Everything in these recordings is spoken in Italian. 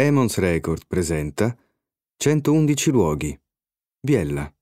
Emons Record presenta 111 luoghi. Biella.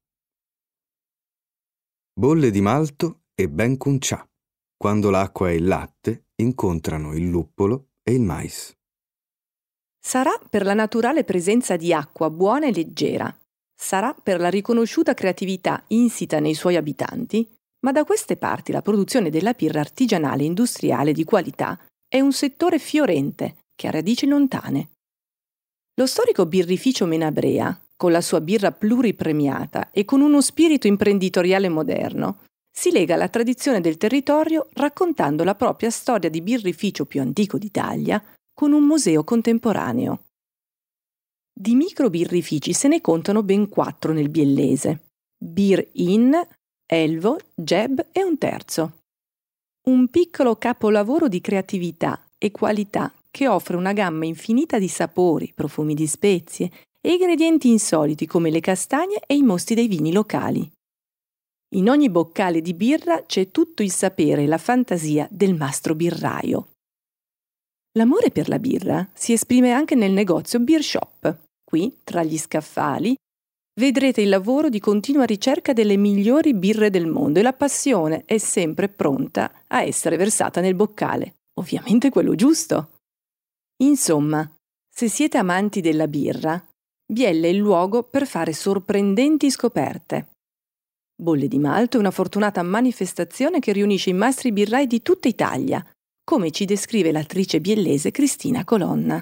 Bolle di malto e ben cuncià, quando l'acqua e il latte incontrano il luppolo e il mais. Sarà per la naturale presenza di acqua buona e leggera, sarà per la riconosciuta creatività insita nei suoi abitanti, ma da queste parti la produzione della birra artigianale e industriale di qualità è un settore fiorente che ha radici lontane. Lo storico birrificio Menabrea, con la sua birra pluripremiata e con uno spirito imprenditoriale moderno, si lega alla tradizione del territorio raccontando la propria storia di birrificio più antico d'Italia con un museo contemporaneo. Di microbirrifici se ne contano ben 4 nel biellese: Beer Inn, Elvo, Geb e un terzo. Un piccolo capolavoro di creatività e qualità che offre una gamma infinita di sapori, profumi di spezie e ingredienti insoliti come le castagne e i mosti dei vini locali. In ogni boccale di birra c'è tutto il sapere e la fantasia del mastro birraio. L'amore per la birra si esprime anche nel negozio Beer Shop. Qui, tra gli scaffali, vedrete il lavoro di continua ricerca delle migliori birre del mondo e la passione è sempre pronta a essere versata nel boccale, ovviamente quello giusto. Insomma, se siete amanti della birra, Biella è il luogo per fare sorprendenti scoperte. Bolle di malto è una fortunata manifestazione che riunisce i mastri birrai di tutta Italia, come ci descrive l'attrice biellese Cristina Colonna.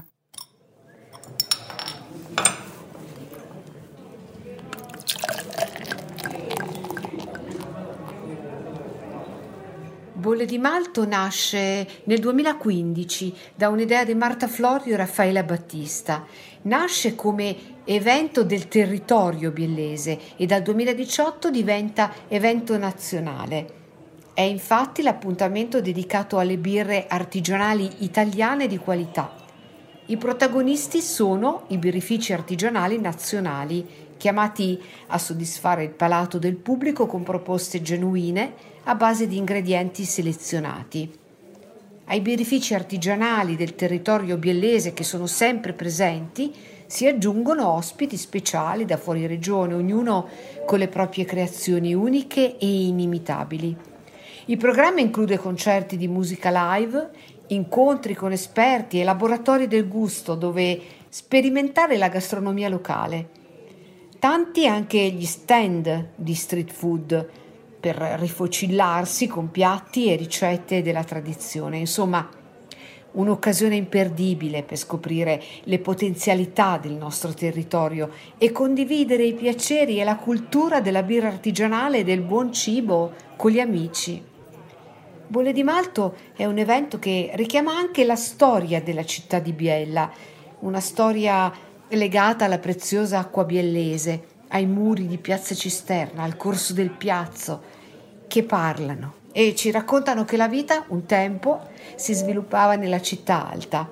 Bolle di malto nasce nel 2015 da un'idea di Marta Florio e Raffaella Battista. Nasce come evento del territorio biellese e dal 2018 diventa evento nazionale. È infatti l'appuntamento dedicato alle birre artigianali italiane di qualità. I protagonisti sono i birrifici artigianali nazionali, chiamati a soddisfare il palato del pubblico con proposte genuine a base di ingredienti selezionati. Ai birrifici artigianali del territorio biellese, che sono sempre presenti, si aggiungono ospiti speciali da fuori regione, ognuno con le proprie creazioni uniche e inimitabili. Il programma include concerti di musica live, incontri con esperti e laboratori del gusto dove sperimentare la gastronomia locale. Tanti anche gli stand di street food per rifocillarsi con piatti e ricette della tradizione. Insomma, un'occasione imperdibile per scoprire le potenzialità del nostro territorio e condividere i piaceri e la cultura della birra artigianale e del buon cibo con gli amici. Bolle di malto è un evento che richiama anche la storia della città di Biella, una storia legata alla preziosa acqua biellese, ai muri di Piazza Cisterna, al corso del Piazzo, che parlano e ci raccontano che la vita un tempo si sviluppava nella città alta.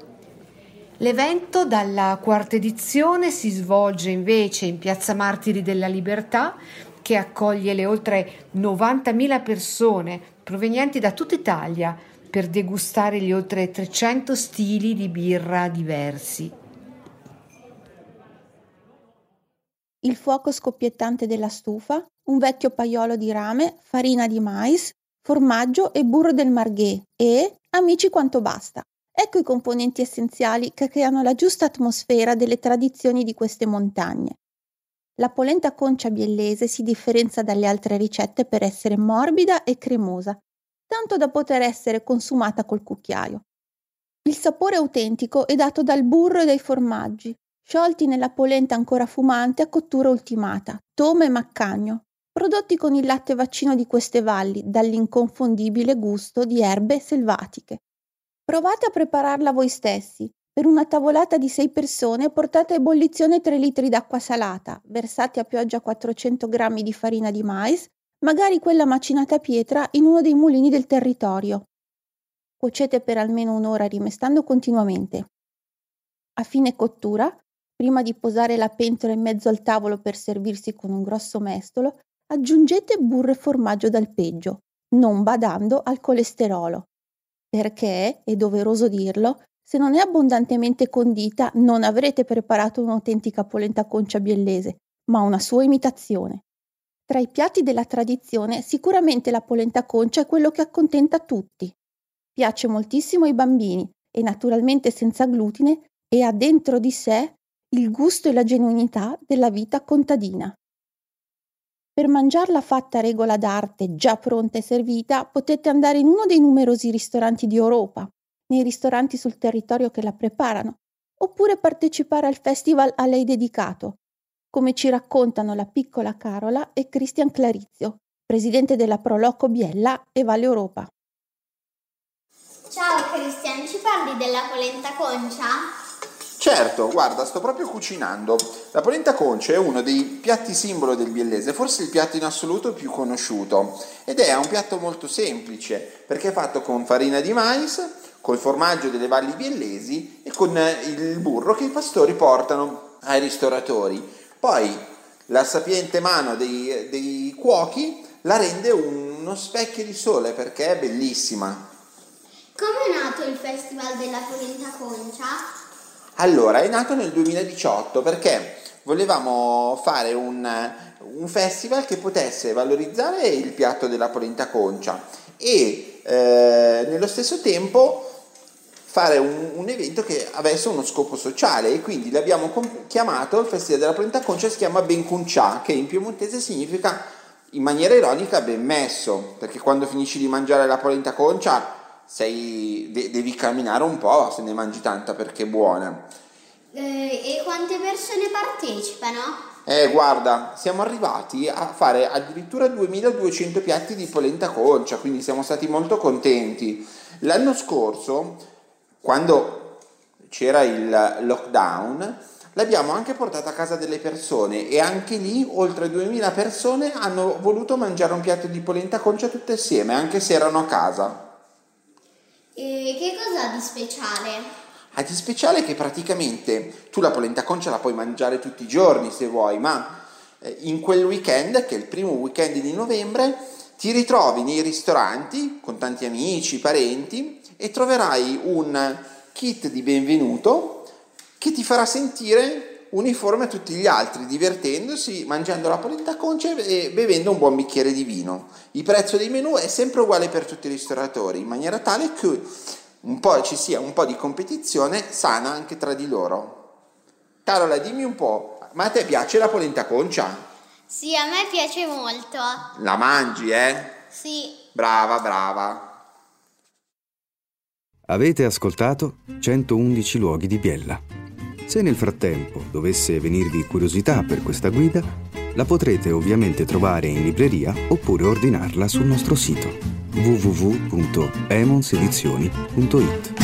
L'evento dalla 4ª edizione si svolge invece in Piazza Martiri della Libertà, che accoglie le oltre 90.000 persone provenienti da tutta Italia per degustare gli oltre 300 stili di birra diversi. Il fuoco scoppiettante della stufa, un vecchio paiolo di rame, farina di mais, formaggio e burro del Marghè e amici quanto basta. Ecco i componenti essenziali che creano la giusta atmosfera delle tradizioni di queste montagne. La polenta concia biellese si differenzia dalle altre ricette per essere morbida e cremosa, tanto da poter essere consumata col cucchiaio. Il sapore autentico è dato dal burro e dai formaggi, sciolti nella polenta ancora fumante a cottura ultimata, tomo e maccagno, prodotti con il latte vaccino di queste valli, dall'inconfondibile gusto di erbe selvatiche. Provate a prepararla voi stessi. Per una tavolata di 6 persone portate a ebollizione 3 litri d'acqua salata, versati a pioggia 400 grammi di farina di mais, magari quella macinata a pietra in uno dei mulini del territorio. Cuocete per almeno un'ora rimestando continuamente. A fine cottura, prima di posare la pentola in mezzo al tavolo per servirsi con un grosso mestolo, aggiungete burro e formaggio d'alpeggio, non badando al colesterolo, perché, è doveroso dirlo, Se non è abbondantemente condita, non avrete preparato un'autentica polenta concia biellese, ma una sua imitazione. Tra i piatti della tradizione, sicuramente la polenta concia è quello che accontenta tutti. Piace moltissimo ai bambini e naturalmente senza glutine e ha dentro di sé il gusto e la genuinità della vita contadina. Per mangiarla fatta a regola d'arte, già pronta e servita, potete andare in uno dei numerosi ristoranti di Europa, nei ristoranti sul territorio che la preparano, oppure partecipare al festival a lei dedicato, come ci raccontano la piccola Carola e Cristian Clarizio, presidente della Proloco Biella e Valle Europa. Ciao Cristian, ci parli della polenta concia? Certo, guarda, sto proprio cucinando. La polenta concia è uno dei piatti simbolo del biellese, forse il piatto in assoluto più conosciuto, ed è un piatto molto semplice perché è fatto con farina di mais, col formaggio delle valli biellesi e con il burro che i pastori portano ai ristoratori. Poi la sapiente mano dei cuochi la rende uno specchio di sole perché è bellissima. Come è nato il Festival della polenta concia? Allora, è nato nel 2018 perché volevamo fare un festival che potesse valorizzare il piatto della polenta concia e nello stesso tempo fare un evento che avesse uno scopo sociale, e quindi l'abbiamo chiamato il Festival della polenta concia. Si chiama Ben Cuncià, che in piemontese significa, in maniera ironica, ben messo, perché quando finisci di mangiare la polenta concia devi camminare un po' se ne mangi tanta perché è buona. E quante persone partecipano? Guarda, siamo arrivati a fare addirittura 2200 piatti di polenta concia, quindi siamo stati molto contenti. L'anno scorso, quando c'era il lockdown, l'abbiamo anche portata a casa delle persone e anche lì oltre 2000 persone hanno voluto mangiare un piatto di polenta concia tutte assieme, anche se erano a casa. E che cosa ha di speciale? Ha di speciale che praticamente tu la polenta concia la puoi mangiare tutti i giorni se vuoi, ma in quel weekend, che è il primo weekend di novembre, ti ritrovi nei ristoranti con tanti amici, parenti, e troverai un kit di benvenuto che ti farà sentire uniforme a tutti gli altri, divertendosi, mangiando la polenta concia e bevendo un buon bicchiere di vino. Il prezzo dei menù è sempre uguale per tutti i ristoratori, in maniera tale che ci sia un po' di competizione sana anche tra di loro. Carola, dimmi un po', ma a te piace la polenta concia? Sì, a me piace molto. La mangi, Sì. Brava. Avete ascoltato 111 luoghi di Biella. Se nel frattempo dovesse venirvi curiosità per questa guida, la potrete ovviamente trovare in libreria oppure ordinarla sul nostro sito www.emonsedizioni.it.